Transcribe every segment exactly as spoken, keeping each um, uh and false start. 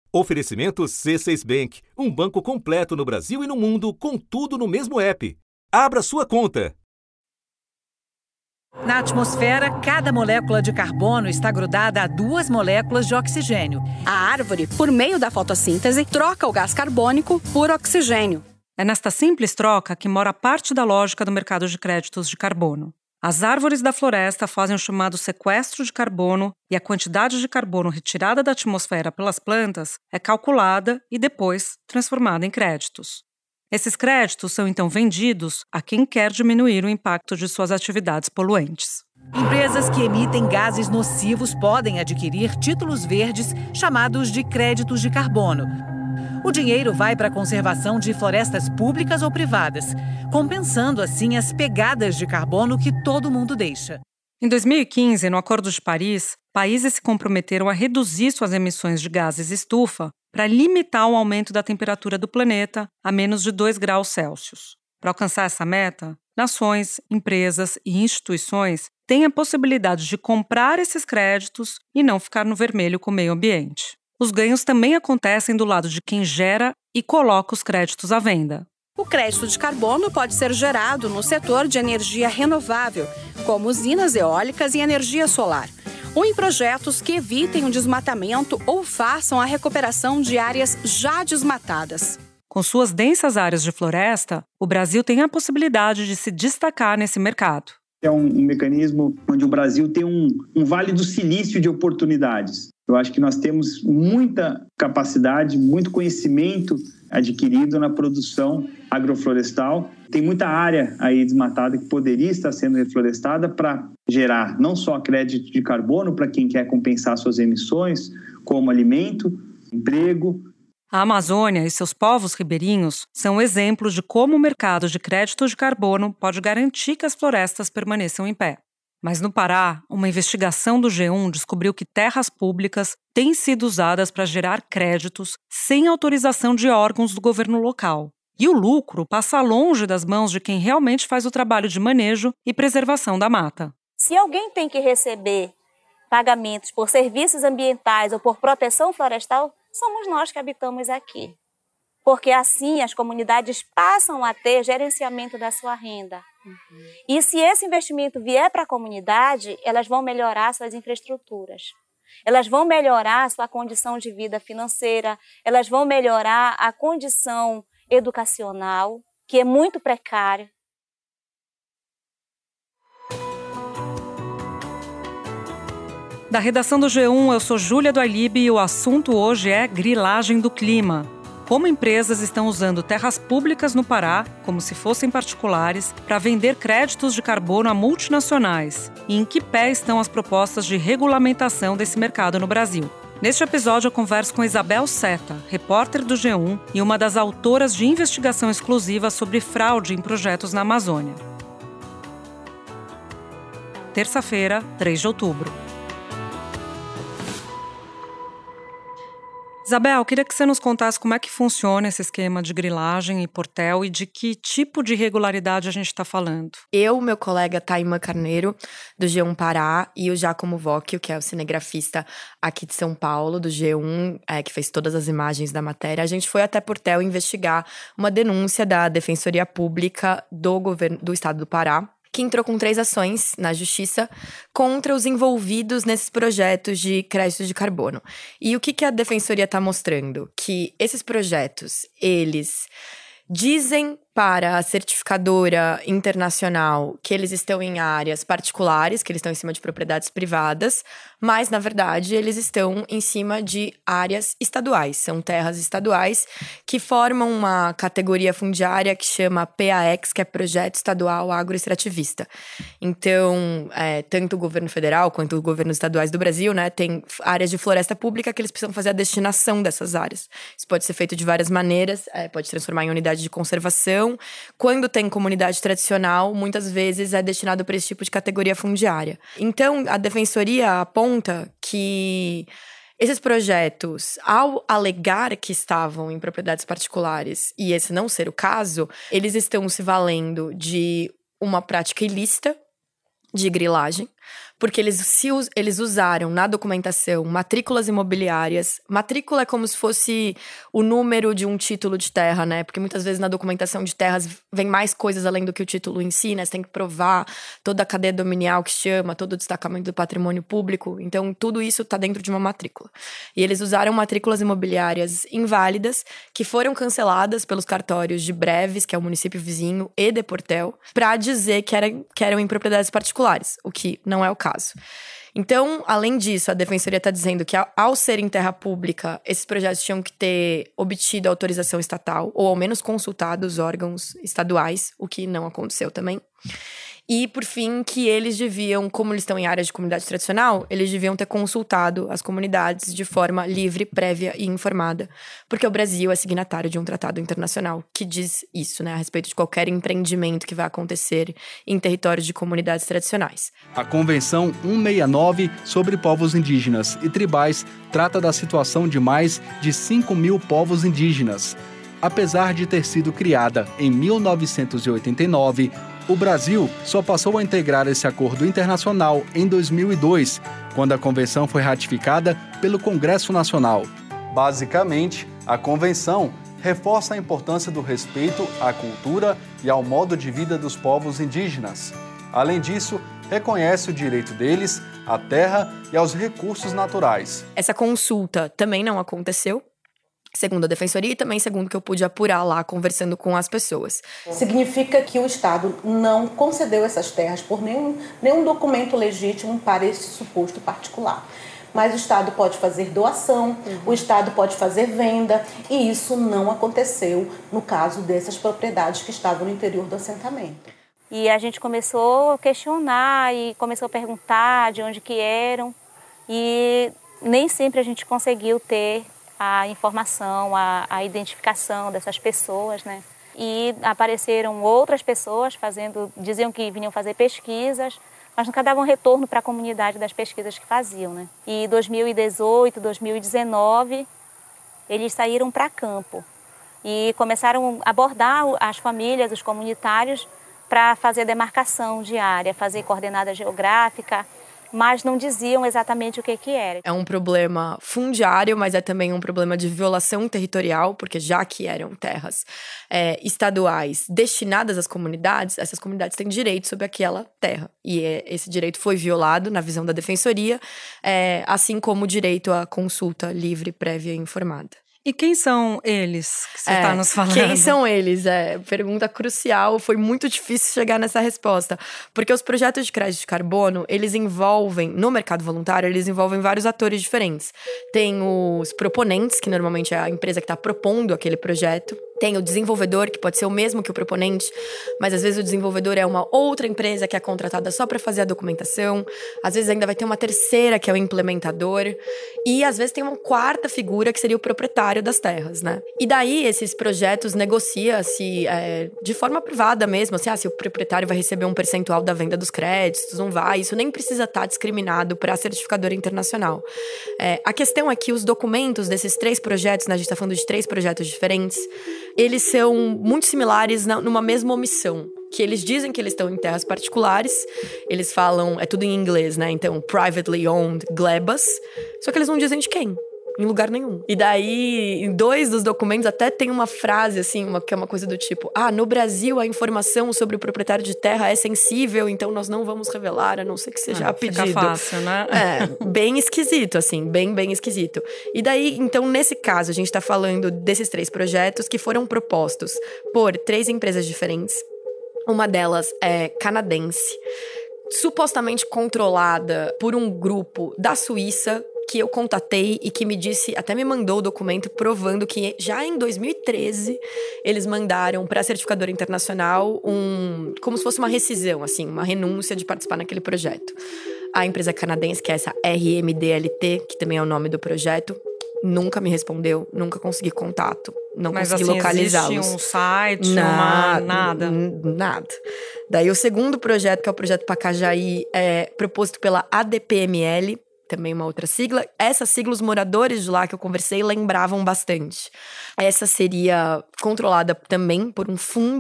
Oferecimento C seis Bank, um banco completo no Brasil e no mundo, com tudo no mesmo app. Abra sua conta. Na atmosfera, cada molécula de carbono está grudada a duas moléculas de oxigênio. A árvore, por meio da fotossíntese, troca o gás carbônico por oxigênio. É nesta simples troca que mora parte da lógica do mercado de créditos de carbono. As árvores da floresta fazem o chamado sequestro de carbono e a quantidade de carbono retirada da atmosfera pelas plantas é calculada e depois transformada em créditos. Esses créditos são então vendidos a quem quer diminuir o impacto de suas atividades poluentes. Empresas que emitem gases nocivos podem adquirir títulos verdes chamados de créditos de carbono. O dinheiro vai para a conservação de florestas públicas ou privadas, compensando assim as pegadas de carbono que todo mundo deixa. Em dois mil e quinze, no Acordo de Paris, países se comprometeram a reduzir suas emissões de gases estufa para limitar o aumento da temperatura do planeta a menos de dois graus Celsius. Para alcançar essa meta, nações, empresas e instituições têm a possibilidade de comprar esses créditos e não ficar no vermelho com o meio ambiente. Os ganhos também acontecem do lado de quem gera e coloca os créditos à venda. O crédito de carbono pode ser gerado no setor de energia renovável, como usinas eólicas e energia solar, ou em projetos que evitem o desmatamento ou façam a recuperação de áreas já desmatadas. Com suas densas áreas de floresta, o Brasil tem a possibilidade de se destacar nesse mercado. É um, um mecanismo onde o Brasil tem um, um vale do silício de oportunidades. Eu acho que nós temos muita capacidade, muito conhecimento adquirido na produção agroflorestal. Tem muita área aí desmatada que poderia estar sendo reflorestada para gerar não só crédito de carbono para quem quer compensar suas emissões, como alimento, emprego. A Amazônia e seus povos ribeirinhos são exemplos de como o mercado de crédito de carbono pode garantir que as florestas permaneçam em pé. Mas no Pará, uma investigação do G um descobriu que terras públicas têm sido usadas para gerar créditos sem autorização de órgãos do governo local. E o lucro passa longe das mãos de quem realmente faz o trabalho de manejo e preservação da mata. Se alguém tem que receber pagamentos por serviços ambientais ou por proteção florestal, somos nós que habitamos aqui. Porque assim as comunidades passam a ter gerenciamento da sua renda. Uhum. E se esse investimento vier para a comunidade, elas vão melhorar suas infraestruturas. Elas vão melhorar a sua condição de vida financeira, elas vão melhorar a condição educacional, que é muito precária. Da redação do G um, eu sou Júlia do Ailib e o assunto hoje é grilagem do clima. Como empresas estão usando terras públicas no Pará, como se fossem particulares, para vender créditos de carbono a multinacionais e em que pé estão as propostas de regulamentação desse mercado no Brasil. Neste episódio eu converso com Isabel Seta, repórter do G um e uma das autoras de investigação exclusiva sobre fraude em projetos na Amazônia. Terça-feira, três de outubro. Isabel, queria que você nos contasse como é que funciona esse esquema de grilagem e portel e de que tipo de irregularidade a gente está falando. Eu, meu colega Taima Carneiro, do G um Pará, e o Giacomo Vocchio, que é o cinegrafista aqui de São Paulo, do G um, é, que fez todas as imagens da matéria, a gente foi até Portel investigar uma denúncia da Defensoria Pública do governo do estado do Pará, que entrou com três ações na justiça contra os envolvidos nesses projetos de crédito de carbono. E o que, que a Defensoria está mostrando? Que esses projetos, eles dizem para a certificadora internacional que eles estão em áreas particulares, que eles estão em cima de propriedades privadas, mas, na verdade, eles estão em cima de áreas estaduais. São terras estaduais que formam uma categoria fundiária que chama P A X, que é Projeto Estadual Agroextrativista. Então, é, tanto o governo federal quanto os governos estaduais do Brasil, né, tem áreas de floresta pública que eles precisam fazer a destinação dessas áreas. Isso pode ser feito de várias maneiras, é, pode transformar em unidade de conservação. Quando tem comunidade tradicional, muitas vezes é destinado para esse tipo de categoria fundiária. Então, a Defensoria aponta que esses projetos, ao alegar que estavam em propriedades particulares, e esse não ser o caso, eles estão se valendo de uma prática ilícita de grilagem. Porque eles, se, eles usaram na documentação matrículas imobiliárias. Matrícula é como se fosse o número de um título de terra, né? Porque muitas vezes na documentação de terras vem mais coisas além do que o título em si, né? Você tem que provar toda a cadeia dominial que chama, todo o destacamento do patrimônio público. Então, tudo isso está dentro de uma matrícula. E eles usaram matrículas imobiliárias inválidas, que foram canceladas pelos cartórios de Breves, que é o município vizinho, e de Portel, para dizer que, era, que eram em propriedades particulares, o que não é o caso. Então, além disso, a Defensoria está dizendo que ao, ao ser em terra pública, esses projetos tinham que ter obtido autorização estatal, ou ao menos consultado os órgãos estaduais, o que não aconteceu também. E, por fim, que eles deviam, como eles estão em áreas de comunidade tradicional, eles deviam ter consultado as comunidades de forma livre, prévia e informada. Porque o Brasil é signatário de um tratado internacional que diz isso, né? A respeito de qualquer empreendimento que vai acontecer em territórios de comunidades tradicionais. A Convenção cento e sessenta e nove sobre povos indígenas e tribais trata da situação de mais de cinco mil povos indígenas. Apesar de ter sido criada em mil novecentos e oitenta e nove, o Brasil só passou a integrar esse acordo internacional em dois mil e dois, quando a convenção foi ratificada pelo Congresso Nacional. Basicamente, a convenção reforça a importância do respeito à cultura e ao modo de vida dos povos indígenas. Além disso, reconhece o direito deles à terra e aos recursos naturais. Essa consulta também não aconteceu, segundo a Defensoria e também segundo o que eu pude apurar lá, conversando com as pessoas. Significa que o Estado não concedeu essas terras por nenhum, nenhum documento legítimo para esse suposto particular. Mas o Estado pode fazer doação, uhum. o Estado pode fazer venda, e isso não aconteceu no caso dessas propriedades que estavam no interior do assentamento. E a gente começou a questionar e começou a perguntar de onde que eram, e nem sempre a gente conseguiu ter a informação, a, a identificação dessas pessoas, né? E apareceram outras pessoas fazendo, diziam que vinham fazer pesquisas, mas nunca davam retorno para a comunidade das pesquisas que faziam, né? E em dois mil e dezoito, dois mil e dezenove, eles saíram para campo e começaram a abordar as famílias, os comunitários, para fazer demarcação diária, fazer coordenada geográfica, mas não diziam exatamente o que que era. É um problema fundiário, mas é também um problema de violação territorial, porque já que eram terras é, estaduais destinadas às comunidades, essas comunidades têm direito sobre aquela terra. E é, esse direito foi violado na visão da Defensoria, é, assim como o direito à consulta livre, prévia e informada. E quem são eles que você está é, nos falando? Quem são eles? É, pergunta crucial, foi muito difícil chegar nessa resposta. Porque os projetos de crédito de carbono, eles envolvem, no mercado voluntário, eles envolvem vários atores diferentes. Tem os proponentes, que normalmente é a empresa que está propondo aquele projeto. Tem o desenvolvedor, que pode ser o mesmo que o proponente, mas às vezes o desenvolvedor é uma outra empresa que é contratada só para fazer a documentação. Às vezes ainda vai ter uma terceira, que é o implementador. E às vezes tem uma quarta figura, que seria o proprietário das terras, né? E daí esses projetos negocia-se é, de forma privada mesmo, assim, ah, se o proprietário vai receber um percentual da venda dos créditos, não vai. Isso nem precisa estar discriminado para a certificadora internacional. É, a questão é que os documentos desses três projetos, né, a gente está falando de três projetos diferentes, eles são muito similares na, numa mesma omissão. Que eles dizem que eles estão em terras particulares, eles falam, é tudo em inglês, né? Então, privately owned glebas, só que eles não dizem de quem, em lugar nenhum. E daí, em dois dos documentos, até tem uma frase, assim, uma, que é uma coisa do tipo, ah, no Brasil a informação sobre o proprietário de terra é sensível, então nós não vamos revelar, a não ser que seja ah, a pedido. Fica fácil, né? É, bem esquisito, assim, bem, bem esquisito. E daí, então, nesse caso, a gente tá falando desses três projetos que foram propostos por três empresas diferentes. Uma delas é canadense, supostamente controlada por um grupo da Suíça, que eu contatei e que me disse, até me mandou o documento provando que já em dois mil e treze eles mandaram para a certificadora internacional um, como se fosse uma rescisão, assim, uma renúncia de participar naquele projeto. A empresa canadense, que é essa R M D L T, que também é o nome do projeto, nunca me respondeu, nunca consegui contato, não Mas, consegui assim, localizá-los. Existe um site, nada, uma, nada? Nada. Daí o segundo projeto, que é o projeto Pacajai, é proposto pela A D P M L, também uma outra sigla. Essa sigla, os moradores de lá que eu conversei lembravam bastante. Essa seria controlada também por um fundo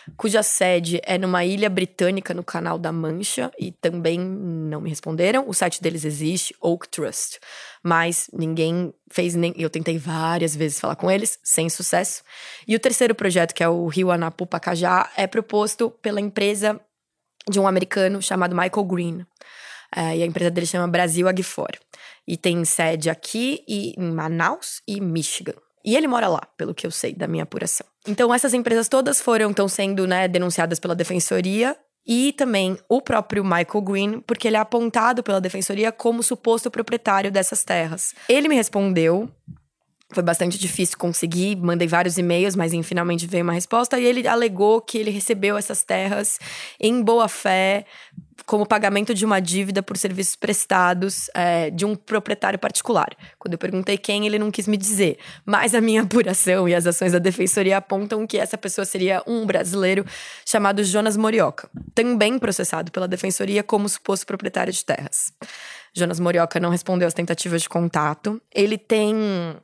cuja sede é numa ilha britânica no Canal da Mancha, e também não me responderam. O site deles existe, Oak Trust, mas ninguém fez nem... Eu tentei várias vezes falar com eles, sem sucesso. E o terceiro projeto, que é o Rio Anapu Pacajá, é proposto pela empresa de um americano chamado Michael Green. É, e a empresa dele chama Brasil Agfor. E tem sede aqui e em Manaus e Michigan. E ele mora lá, pelo que eu sei da minha apuração. Então essas empresas todas foram, estão sendo, né, denunciadas pela Defensoria. E também o próprio Michael Green, porque ele é apontado pela Defensoria como suposto proprietário dessas terras. Ele me respondeu. Foi bastante difícil conseguir, mandei vários e-mails, mas enfim, finalmente veio uma resposta. E ele alegou que ele recebeu essas terras em boa fé, como pagamento de uma dívida por serviços prestados é, de um proprietário particular. Quando eu perguntei quem, ele não quis me dizer. Mas a minha apuração e as ações da Defensoria apontam que essa pessoa seria um brasileiro chamado Jonas Morioka, também processado pela Defensoria como suposto proprietário de terras. Jonas Morioka não respondeu às tentativas de contato. Ele tem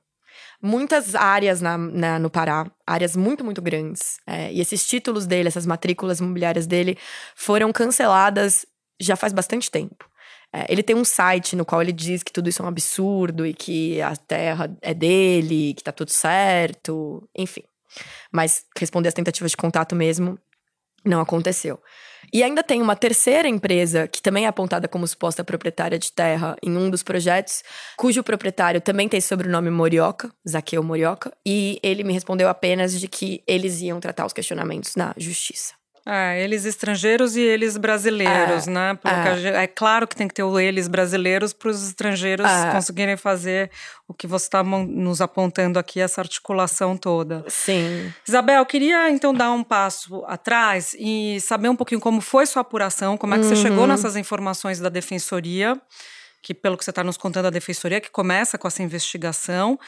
muitas áreas na, na, no Pará, áreas muito, muito grandes. É, e esses títulos dele, essas matrículas imobiliárias dele, foram canceladas já faz bastante tempo. É, ele tem um site no qual ele diz que tudo isso é um absurdo e que a terra é dele, que tá tudo certo, enfim. Mas responder às tentativas de contato mesmo não aconteceu. E ainda tem uma terceira empresa, que também é apontada como suposta proprietária de terra em um dos projetos, cujo proprietário também tem sobrenome Morioka, Zaqueu Morioka, e ele me respondeu apenas de que eles iam tratar os questionamentos na justiça. É, eles estrangeiros e eles brasileiros, é, né? É. é claro que tem que ter o eles brasileiros para os estrangeiros é. conseguirem fazer o que você está nos apontando aqui, essa articulação toda. Sim. Isabel, eu queria então dar um passo atrás e saber um pouquinho como foi sua apuração, como é que uhum. você chegou nessas informações da Defensoria, que pelo que você está nos contando, a Defensoria que começa com essa investigação.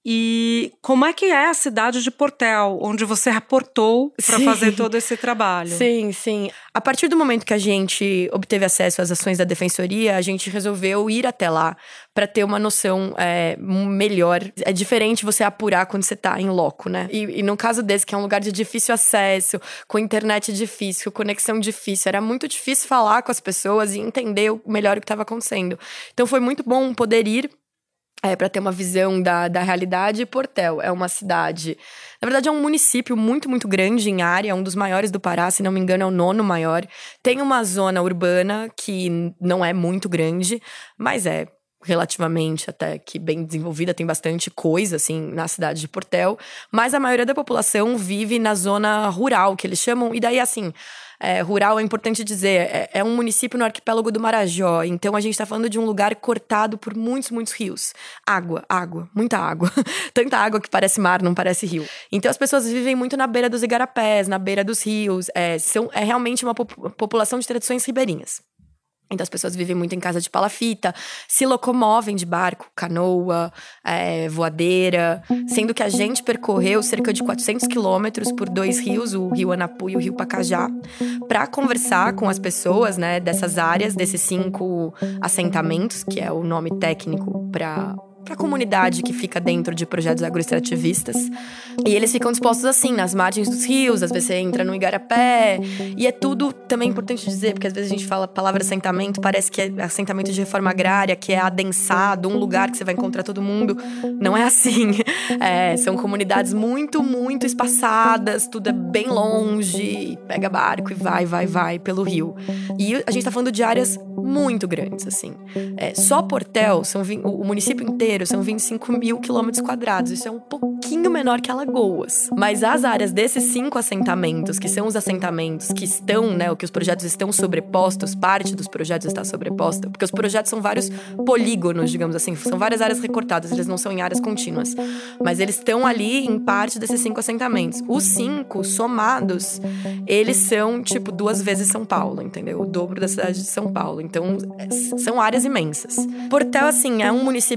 E como é que é a cidade de Portel, onde você reportou para fazer todo esse trabalho? Sim, sim. A partir do momento que a gente obteve acesso às ações da Defensoria, a gente resolveu ir até lá para ter uma noção é, melhor. É diferente você apurar quando você tá em loco, né? E, e no caso desse, que é um lugar de difícil acesso, com internet difícil, com conexão difícil, era muito difícil falar com as pessoas e entender melhor o que estava acontecendo. Então foi muito bom poder ir É, para ter uma visão da, da realidade. Portel é uma cidade, na verdade é um município muito, muito grande em área, um dos maiores do Pará, se não me engano é o nono maior. Tem uma zona urbana que não é muito grande, mas é relativamente até que bem desenvolvida, tem bastante coisa, assim, na cidade de Portel. Mas a maioria da população vive na zona rural, que eles chamam, e daí, assim, é, rural é importante dizer, é, é um município no arquipélago do Marajó, então a gente tá falando de um lugar cortado por muitos, muitos rios. Água, água, muita água. Tanta água que parece mar, não parece rio. Então as pessoas vivem muito na beira dos igarapés, na beira dos rios, é, são, é realmente uma pop- população de tradições ribeirinhas. Então as pessoas vivem muito em casa de palafita, se locomovem de barco, canoa, é, voadeira, sendo que a gente percorreu cerca de quatrocentos quilômetros por dois rios, o Rio Anapu e o Rio Pacajá, para conversar com as pessoas, né, dessas áreas, desses cinco assentamentos, que é o nome técnico para para a comunidade que fica dentro de projetos agroextrativistas. E eles ficam dispostos assim, nas margens dos rios, às vezes você entra no igarapé, e é tudo também importante dizer, porque às vezes a gente fala a palavra assentamento, parece que é assentamento de reforma agrária, que é adensado, um lugar que você vai encontrar todo mundo. Não é assim. É, são comunidades muito, muito espaçadas, tudo é bem longe, pega barco e vai, vai, vai pelo rio. E a gente tá falando de áreas muito grandes, assim. É, só Portel, são, o município inteiro, são vinte e cinco mil quilômetros quadrados. Isso é um pouquinho menor que Alagoas. Mas as áreas desses cinco assentamentos, que são os assentamentos que estão, né, o que os projetos estão sobrepostos, parte dos projetos está sobreposta, porque os projetos são vários polígonos, digamos assim, são várias áreas recortadas, eles não são em áreas contínuas. Mas eles estão ali em parte desses cinco assentamentos. Os cinco, somados, eles são, tipo, duas vezes São Paulo, entendeu? O dobro da cidade de São Paulo. Então, são áreas imensas. Portel, assim, é um município que desmaia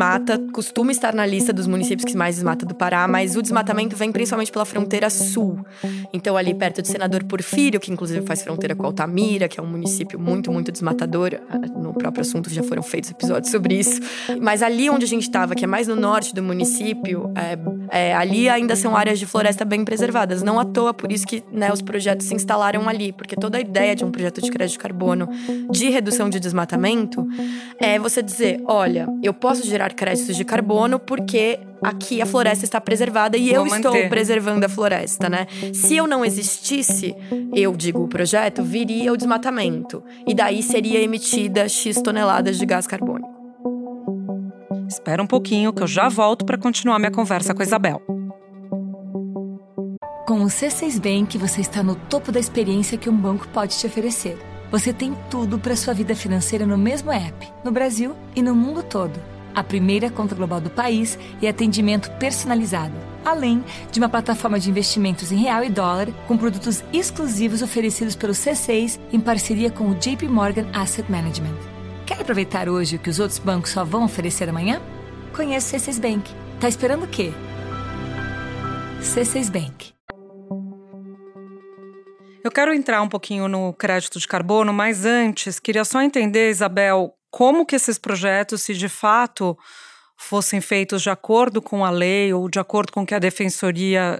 desmata costuma estar na lista dos municípios que mais desmata do Pará, mas o desmatamento vem principalmente pela fronteira sul. Então, ali perto de Senador Porfírio, que inclusive faz fronteira com Altamira, que é um município muito, muito desmatador. No próprio assunto já foram feitos episódios sobre isso. Mas ali onde a gente estava, que é mais no norte do município, é, é, ali ainda são áreas de floresta bem preservadas. Não à toa, por isso que, né, os projetos se instalaram ali. Porque toda a ideia de um projeto de crédito de carbono de redução de desmatamento é você dizer, olha, eu posso gerar créditos de carbono porque aqui a floresta está preservada e eu estou preservando a floresta, né? Se eu não existisse, eu digo o projeto, viria o desmatamento. E daí seria emitida X toneladas de gás carbônico. Espera um pouquinho que eu já volto para continuar minha conversa com a Isabel. Com o C seis Bank, você está no topo da experiência que um banco pode te oferecer. Você tem tudo para sua vida financeira no mesmo app, no Brasil e no mundo todo. A primeira conta global do país e atendimento personalizado. Além de uma plataforma de investimentos em real e dólar, com produtos exclusivos oferecidos pelo C seis em parceria com o J P Morgan Asset Management. Quer aproveitar hoje o que os outros bancos só vão oferecer amanhã? Conheça o C seis Bank. Tá esperando o quê? C seis Bank. Eu quero entrar um pouquinho no crédito de carbono, mas antes, queria só entender, Isabel, como que esses projetos, se de fato fossem feitos de acordo com a lei ou de acordo com o que a Defensoria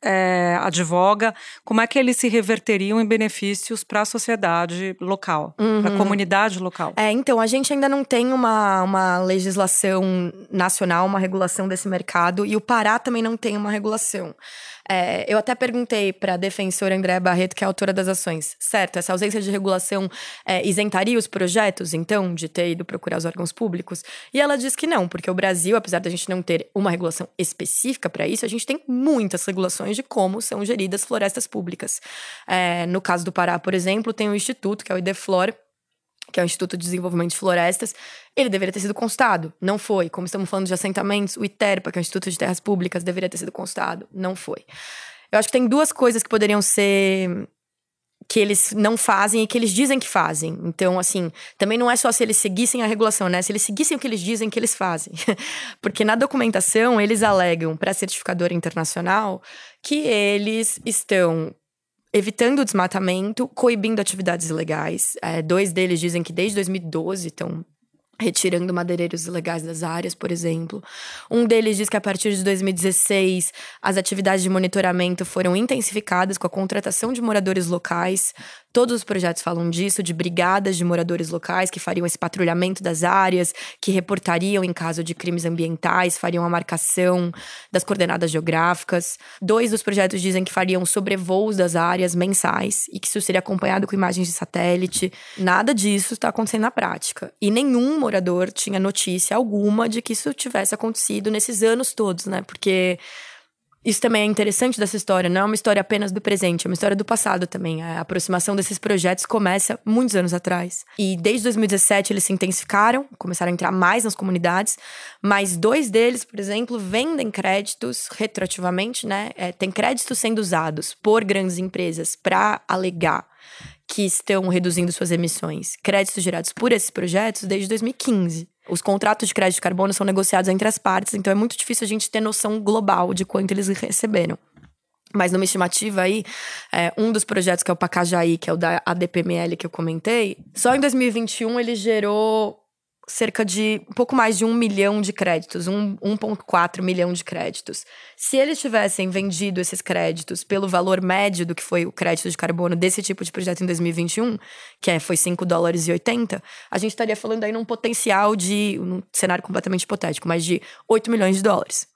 é, advoga, como é que eles se reverteriam em benefícios para a sociedade local, uhum. para a comunidade local? É, então, a gente ainda não tem uma, uma legislação nacional, uma regulação desse mercado, e o Pará também não tem uma regulação. É, eu até perguntei para a defensora Andréa Barreto, que é a autora das ações, certo, essa ausência de regulação é, isentaria os projetos, então, de ter ido procurar os órgãos públicos? E ela diz que não, porque o Brasil, apesar da gente não ter uma regulação específica para isso, a gente tem muitas regulações de como são geridas florestas públicas. É, no caso do Pará, por exemplo, tem um instituto, que é o IDEFLOR, que é o Instituto de Desenvolvimento de Florestas. Ele deveria ter sido constado, não foi. Como estamos falando de assentamentos, o ITERPA, que é o Instituto de Terras Públicas, deveria ter sido constado, não foi. Eu acho que tem duas coisas que poderiam ser... que eles não fazem e que eles dizem que fazem. Então, assim, também não é só se eles seguissem a regulação, né? Se eles seguissem o que eles dizem que eles fazem. Porque na documentação, eles alegam para a certificadora internacional que eles estão evitando o desmatamento, coibindo atividades ilegais. É, dois deles dizem que desde dois mil e doze estão retirando madeireiros ilegais das áreas, por exemplo. Um deles diz que a partir de dois mil e dezesseis, as atividades de monitoramento foram intensificadas com a contratação de moradores locais. Todos os projetos falam disso, de brigadas de moradores locais que fariam esse patrulhamento das áreas, que reportariam em caso de crimes ambientais, fariam a marcação das coordenadas geográficas. Dois dos projetos dizem que fariam sobrevoos das áreas mensais e que isso seria acompanhado com imagens de satélite. Nada disso está acontecendo na prática. E nenhum morador tinha notícia alguma de que isso tivesse acontecido nesses anos todos, né? Porque isso também é interessante dessa história, não é uma história apenas do presente, é uma história do passado também. A aproximação desses projetos começa muitos anos atrás. E desde dois mil e dezessete eles se intensificaram, começaram a entrar mais nas comunidades, mas dois deles, por exemplo, vendem créditos retroativamente, né? É, tem créditos sendo usados por grandes empresas para alegar que estão reduzindo suas emissões. Créditos gerados por esses projetos desde dois mil e quinze. Os contratos de crédito de carbono são negociados entre as partes, então é muito difícil a gente ter noção global de quanto eles receberam. Mas numa estimativa aí, é, um dos projetos que é o Pacajaí, que é o da A D P M L que eu comentei, só em dois mil e vinte e um ele gerou cerca de um pouco mais de um milhão de créditos, um vírgula quatro milhão de créditos. Se eles tivessem vendido esses créditos pelo valor médio do que foi o crédito de carbono desse tipo de projeto em dois mil e vinte e um, que é, foi cinco dólares e oitenta, a gente estaria falando aí num potencial de, num cenário completamente hipotético, mas de oito milhões de dólares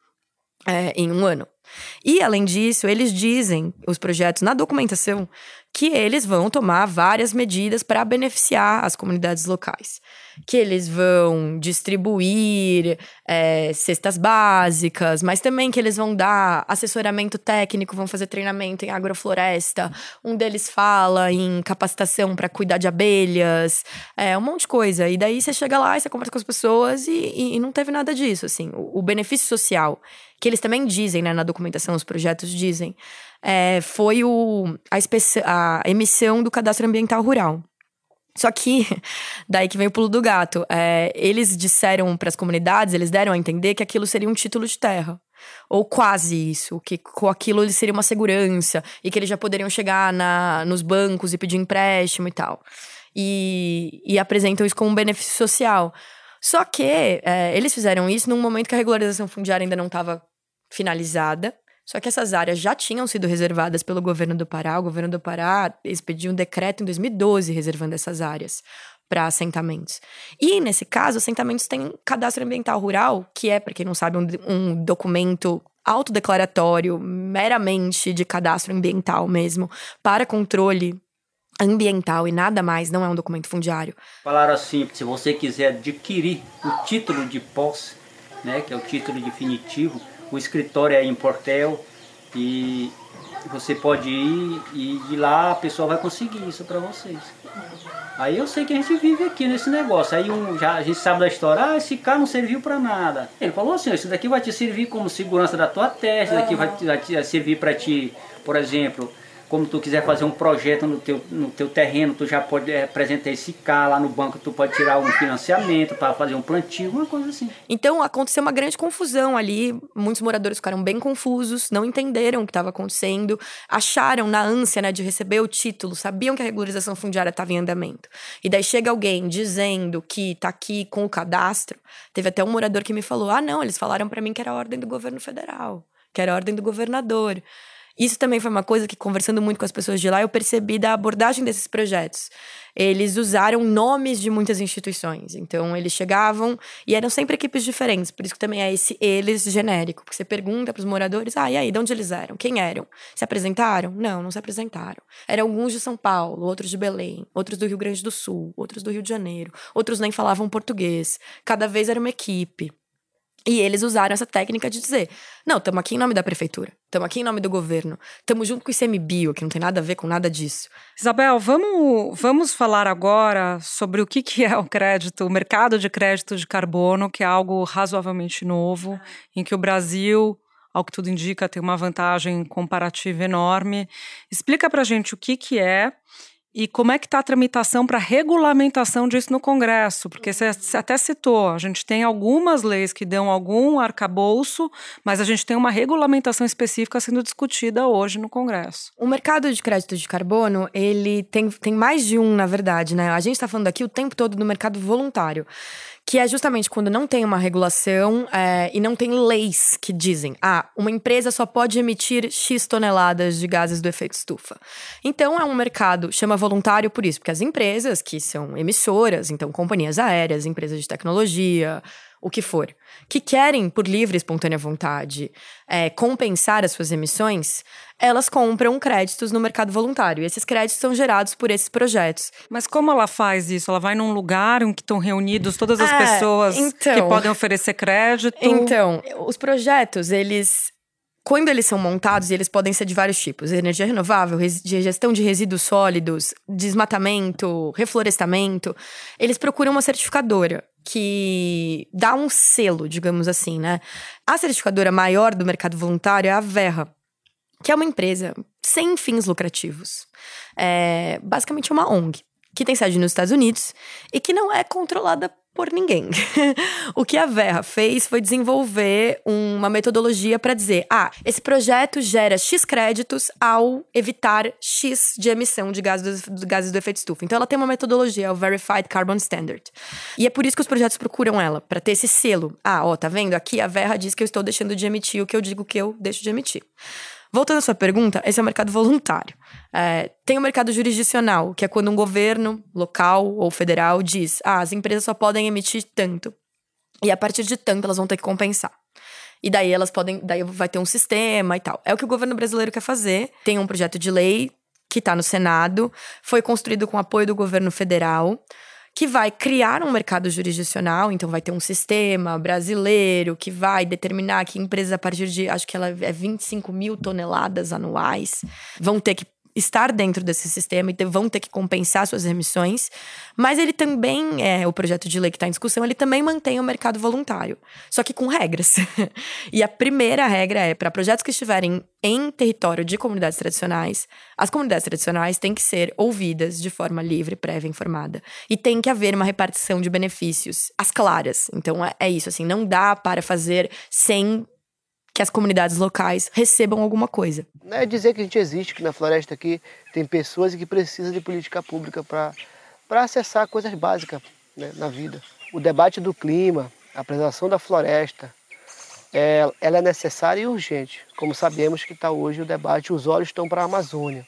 é, em um ano. E, além disso, eles dizem, os projetos, na documentação, que eles vão tomar várias medidas para beneficiar as comunidades locais. Que eles vão distribuir é, cestas básicas, mas também que eles vão dar assessoramento técnico, vão fazer treinamento em agrofloresta. Um deles fala em capacitação para cuidar de abelhas, é, um monte de coisa. E daí você chega lá e você conversa com as pessoas e, e, e não teve nada disso, assim. O, o benefício social, que eles também dizem, né, na documentação, os projetos dizem, é, foi o, a, especi- a emissão do Cadastro Ambiental Rural. Só que, daí que vem o pulo do gato, é, eles disseram para as comunidades, eles deram a entender que aquilo seria um título de terra. Ou quase isso, que com aquilo ele seria uma segurança e que eles já poderiam chegar na, nos bancos e pedir empréstimo e tal. E, e apresentam isso como um benefício social. Só que é, eles fizeram isso num momento que a regularização fundiária ainda não estava finalizada. Só que essas áreas já tinham sido reservadas pelo governo do Pará. O governo do Pará expediu um decreto em dois mil e doze reservando essas áreas para assentamentos. E, nesse caso, assentamentos têm cadastro ambiental rural, que é, para quem não sabe, um, um documento autodeclaratório, meramente de cadastro ambiental mesmo, para controle ambiental e nada mais, não é um documento fundiário. Falaram assim, se você quiser adquirir o título de posse, né, que é o título definitivo, o escritório é em Portel e você pode ir e de lá a pessoa vai conseguir isso para vocês. Aí eu sei que a gente vive aqui nesse negócio. Aí um, já, a gente sabe da história, ah, esse carro não serviu para nada. Ele falou assim, isso daqui vai te servir como segurança da tua testa, isso daqui vai te, vai te servir para ti, por exemplo, como tu quiser fazer um projeto no teu, no teu terreno, tu já pode apresentar esse carro lá no banco, tu pode tirar um financiamento para fazer um plantio, uma coisa assim. Então aconteceu uma grande confusão ali, muitos moradores ficaram bem confusos, não entenderam o que estava acontecendo, acharam na ânsia, né, de receber o título, sabiam que a regularização fundiária estava em andamento. E daí chega alguém dizendo que tá aqui com o cadastro, teve até um morador que me falou, ah não, eles falaram para mim que era a ordem do governo federal, que era a ordem do governador. Isso também foi uma coisa que, conversando muito com as pessoas de lá, eu percebi da abordagem desses projetos. Eles usaram nomes de muitas instituições. Então, eles chegavam e eram sempre equipes diferentes. Por isso que também é esse eles genérico. Porque você pergunta para os moradores, ah, e aí, de onde eles eram? Quem eram? Se apresentaram? Não, não se apresentaram. Eram alguns de São Paulo, outros de Belém, outros do Rio Grande do Sul, outros do Rio de Janeiro. Outros nem falavam português. Cada vez era uma equipe. E eles usaram essa técnica de dizer, não, estamos aqui em nome da prefeitura, estamos aqui em nome do governo, estamos junto com o ICMBio, que não tem nada a ver com nada disso. Isabel, vamos, vamos falar agora sobre o que, que é o crédito, o mercado de crédito de carbono, que é algo razoavelmente novo, em que o Brasil, ao que tudo indica, tem uma vantagem comparativa enorme. Explica pra gente o que, que é e como é que está a tramitação para regulamentação disso no Congresso, porque você até citou, a gente tem algumas leis que dão algum arcabouço, mas a gente tem uma regulamentação específica sendo discutida hoje no Congresso. O mercado de crédito de carbono, ele tem, tem mais de um, na verdade, né? A gente está falando aqui o tempo todo do mercado voluntário, que é justamente quando não tem uma regulação é, e não tem leis que dizem, ah, uma empresa só pode emitir X toneladas de gases do efeito estufa. Então, é um mercado, chama voluntário por isso, porque as empresas que são emissoras, então companhias aéreas, empresas de tecnologia, o que for, que querem, por livre e espontânea vontade, é, compensar as suas emissões, elas compram créditos no mercado voluntário. E esses créditos são gerados por esses projetos. Mas como ela faz isso? Ela vai num lugar em que estão reunidos todas as é, pessoas então, que podem oferecer crédito? Então, os projetos, eles... Quando eles são montados, e eles podem ser de vários tipos, energia renovável, de gestão de resíduos sólidos, desmatamento, reflorestamento, eles procuram uma certificadora que dá um selo, digamos assim, né? A certificadora maior do mercado voluntário é a Verra, que é uma empresa sem fins lucrativos. É basicamente uma O N G, que tem sede nos Estados Unidos e que não é controlada por ninguém. O que a Verra fez foi desenvolver uma metodologia para dizer, ah, esse projeto gera X créditos ao evitar X de emissão de gases do, gases do efeito estufa. Então ela tem uma metodologia, é o Verified Carbon Standard. E é por isso que os projetos procuram ela, para ter esse selo. Ah, ó, tá vendo? Aqui a Verra diz que eu estou deixando de emitir o que eu digo que eu deixo de emitir. Voltando à sua pergunta, esse é o mercado voluntário. É, tem o mercado jurisdicional, que é quando um governo local ou federal diz, ah, as empresas só podem emitir tanto. E a partir de tanto, elas vão ter que compensar. E daí elas podem, daí vai ter um sistema e tal. É o que o governo brasileiro quer fazer. Tem um projeto de lei que está no Senado, foi construído com apoio do governo federal, que vai criar um mercado jurisdicional, então vai ter um sistema brasileiro que vai determinar que empresas a partir de, acho que ela é vinte e cinco mil toneladas anuais, vão ter que estar dentro desse sistema e ter, vão ter que compensar suas emissões, mas ele também, é, o projeto de lei que está em discussão, ele também mantém o mercado voluntário, só que com regras. E a primeira regra é, para projetos que estiverem em território de comunidades tradicionais, as comunidades tradicionais têm que ser ouvidas de forma livre, prévia, informada. E tem que haver uma repartição de benefícios, às claras. Então é, é isso, assim, não dá para fazer sem que as comunidades locais recebam alguma coisa. Não é dizer que a gente existe, que na floresta aqui tem pessoas que precisam de política pública para para acessar coisas básicas, né, na vida. O debate do clima, a preservação da floresta, é, ela é necessária e urgente. Como sabemos que está hoje o debate, os olhos estão para a Amazônia.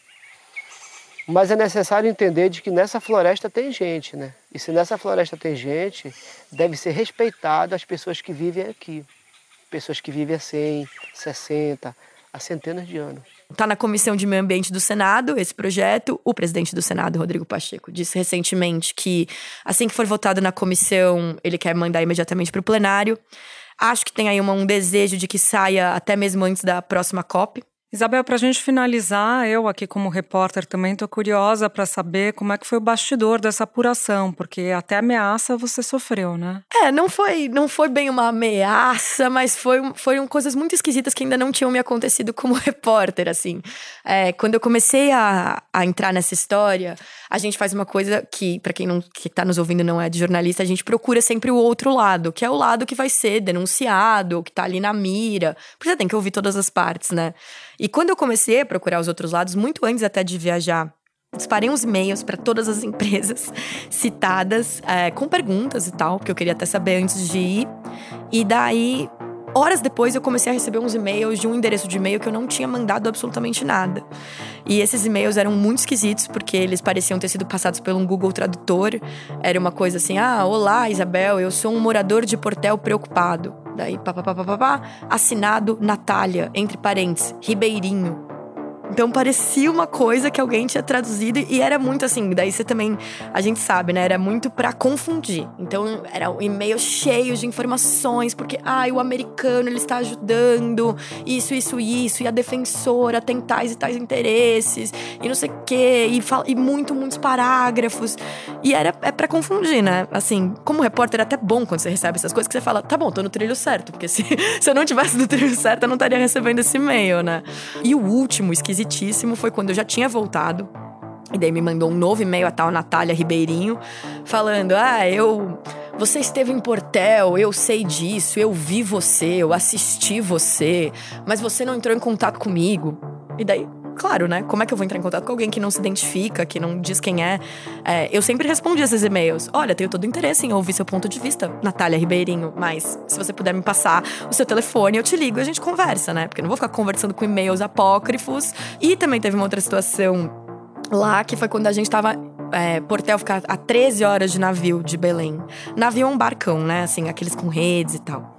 Mas é necessário entender de que nessa floresta tem gente, né? E se nessa floresta tem gente, deve ser respeitado as pessoas que vivem aqui. Pessoas que vivem há cem, sessenta, há centenas de anos. Está na Comissão de Meio Ambiente do Senado, esse projeto. O presidente do Senado, Rodrigo Pacheco, disse recentemente que assim que for votado na comissão, ele quer mandar imediatamente para o plenário. Acho que tem aí uma, um desejo de que saia até mesmo antes da próxima COP. Isabel, para a gente finalizar, eu aqui como repórter também estou curiosa para saber como é que foi o bastidor dessa apuração, porque até ameaça você sofreu, né? É, não foi, não foi bem uma ameaça, mas foi, foram coisas muito esquisitas que ainda não tinham me acontecido como repórter, assim. É, quando eu comecei a, a entrar nessa história, a gente faz uma coisa que, para quem não, que tá nos ouvindo não é de jornalista, a gente procura sempre o outro lado, que é o lado que vai ser denunciado, que tá ali na mira, porque você tem que ouvir todas as partes, né? E quando eu comecei a procurar os outros lados, muito antes até de viajar, disparei uns e-mails para todas as empresas citadas, é, com perguntas e tal, porque eu queria até saber antes de ir. E daí, horas depois, eu comecei a receber uns e-mails de um endereço de e-mail que eu não tinha mandado absolutamente nada. E esses e-mails eram muito esquisitos, porque eles pareciam ter sido passados por um Google Tradutor. Era uma coisa assim, ah, olá, Isabel, eu sou um morador de Portel preocupado. Daí, papapá, assinado Natália, entre parênteses, Ribeirinho. Então parecia uma coisa que alguém tinha traduzido e era muito assim, daí você também, a gente sabe, né, era muito pra confundir. Então era um e-mail cheio de informações, porque, ah, o americano, ele está ajudando, isso, isso, isso, e a defensora tem tais e tais interesses, e não sei o quê, e, fala, e muito, muitos parágrafos. E era, é pra confundir, né, assim, como repórter é até bom quando você recebe essas coisas, que você fala, tá bom, tô no trilho certo, porque se, se eu não tivesse no trilho certo, eu não estaria recebendo esse e-mail, né. E o último, esquisito, foi quando eu já tinha voltado. E daí me mandou um novo e-mail, a tal Natália Ribeirinho, falando, ah, eu... Você esteve em Portel, eu sei disso, eu vi você, eu assisti você, mas você não entrou em contato comigo. E daí, claro, né? Como é que eu vou entrar em contato com alguém que não se identifica, que não diz quem é? É, eu sempre respondi esses e-mails. Olha, tenho todo o interesse em ouvir seu ponto de vista, Natália Ribeirinho, mas se você puder me passar o seu telefone, eu te ligo e a gente conversa, né? Porque eu não vou ficar conversando com e-mails apócrifos. E também teve uma outra situação lá, que foi quando a gente tava... É, Portel fica a treze horas de navio de Belém. Navio é um barcão, né? Assim, aqueles com redes e tal.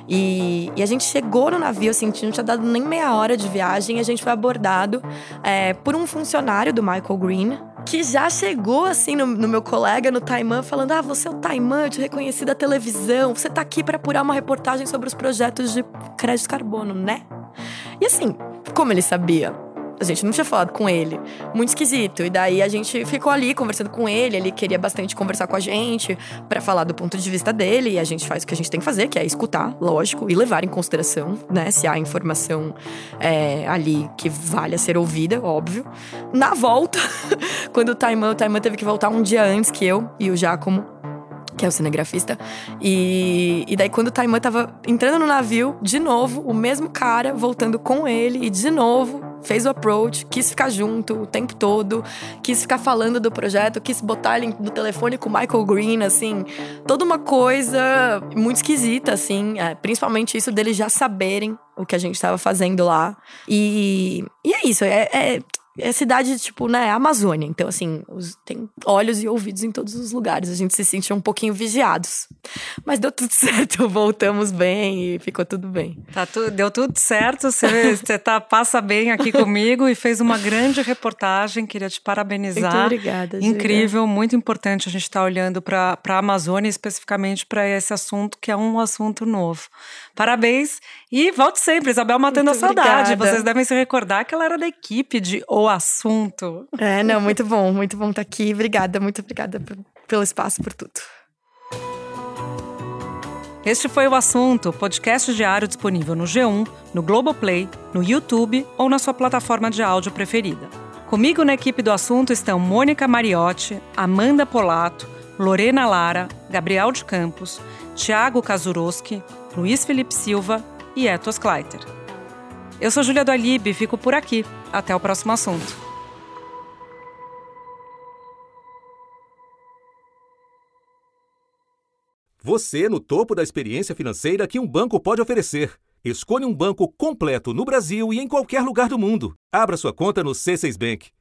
E, e a gente chegou no navio, assim, não tinha dado nem meia hora de viagem. E a gente foi abordado é, por um funcionário do Michael Green, que já chegou, assim, no, no meu colega, no Taimã, falando, ah, você é o Taimã, eu te reconheci da televisão. Você tá aqui pra apurar uma reportagem sobre os projetos de crédito de carbono, né? E assim, como ele sabia? A gente não tinha falado com ele. Muito esquisito. E daí a gente ficou ali conversando com ele. Ele queria bastante conversar com a gente pra falar do ponto de vista dele. E a gente faz o que a gente tem que fazer, que é escutar, lógico, e levar em consideração, né? Se há informação é, ali que valha ser ouvida, óbvio. Na volta, quando o Taimã, o Taimã teve que voltar um dia antes que eu e o Giacomo, que é o cinegrafista. E, e daí quando o Taimã tava entrando no navio, de novo, o mesmo cara voltando com ele. E de novo... fez o approach, quis ficar junto o tempo todo, quis ficar falando do projeto, quis botar ele no telefone com o Michael Green, assim, toda uma coisa muito esquisita, assim, é, principalmente isso deles já saberem o que a gente estava fazendo lá. E, e é isso, é, é, é cidade, tipo, né, Amazônia, então, assim, os, tem olhos e ouvidos em todos os lugares, a gente se sentia um pouquinho vigiados. Mas deu tudo certo, voltamos bem e ficou tudo bem. Tá tu, deu tudo certo, você, você tá, passa bem aqui comigo e fez uma grande reportagem, queria te parabenizar. Muito obrigada, Julia. Incrível, muito importante a gente estar tá olhando para a Amazônia, especificamente para esse assunto, que é um assunto novo. Parabéns e volte sempre, Isabel matando muito a saudade. Obrigada. Vocês devem se recordar que ela era da equipe de o assunto. É, não, muito bom, muito bom estar aqui. Obrigada, muito obrigada por, pelo espaço, por tudo. Este foi o Assunto, podcast diário disponível no G um, no Globoplay, no YouTube ou na sua plataforma de áudio preferida. Comigo na equipe do Assunto estão Mônica Mariotti, Amanda Polato, Lorena Lara, Gabriel de Campos, Thiago Kazuroski, Luiz Felipe Silva e Etos Kleiter. Eu sou Júlia do Alibe e fico por aqui. Até o próximo assunto. Você no topo da experiência financeira que um banco pode oferecer. Escolha um banco completo no Brasil e em qualquer lugar do mundo. Abra sua conta no C seis Bank.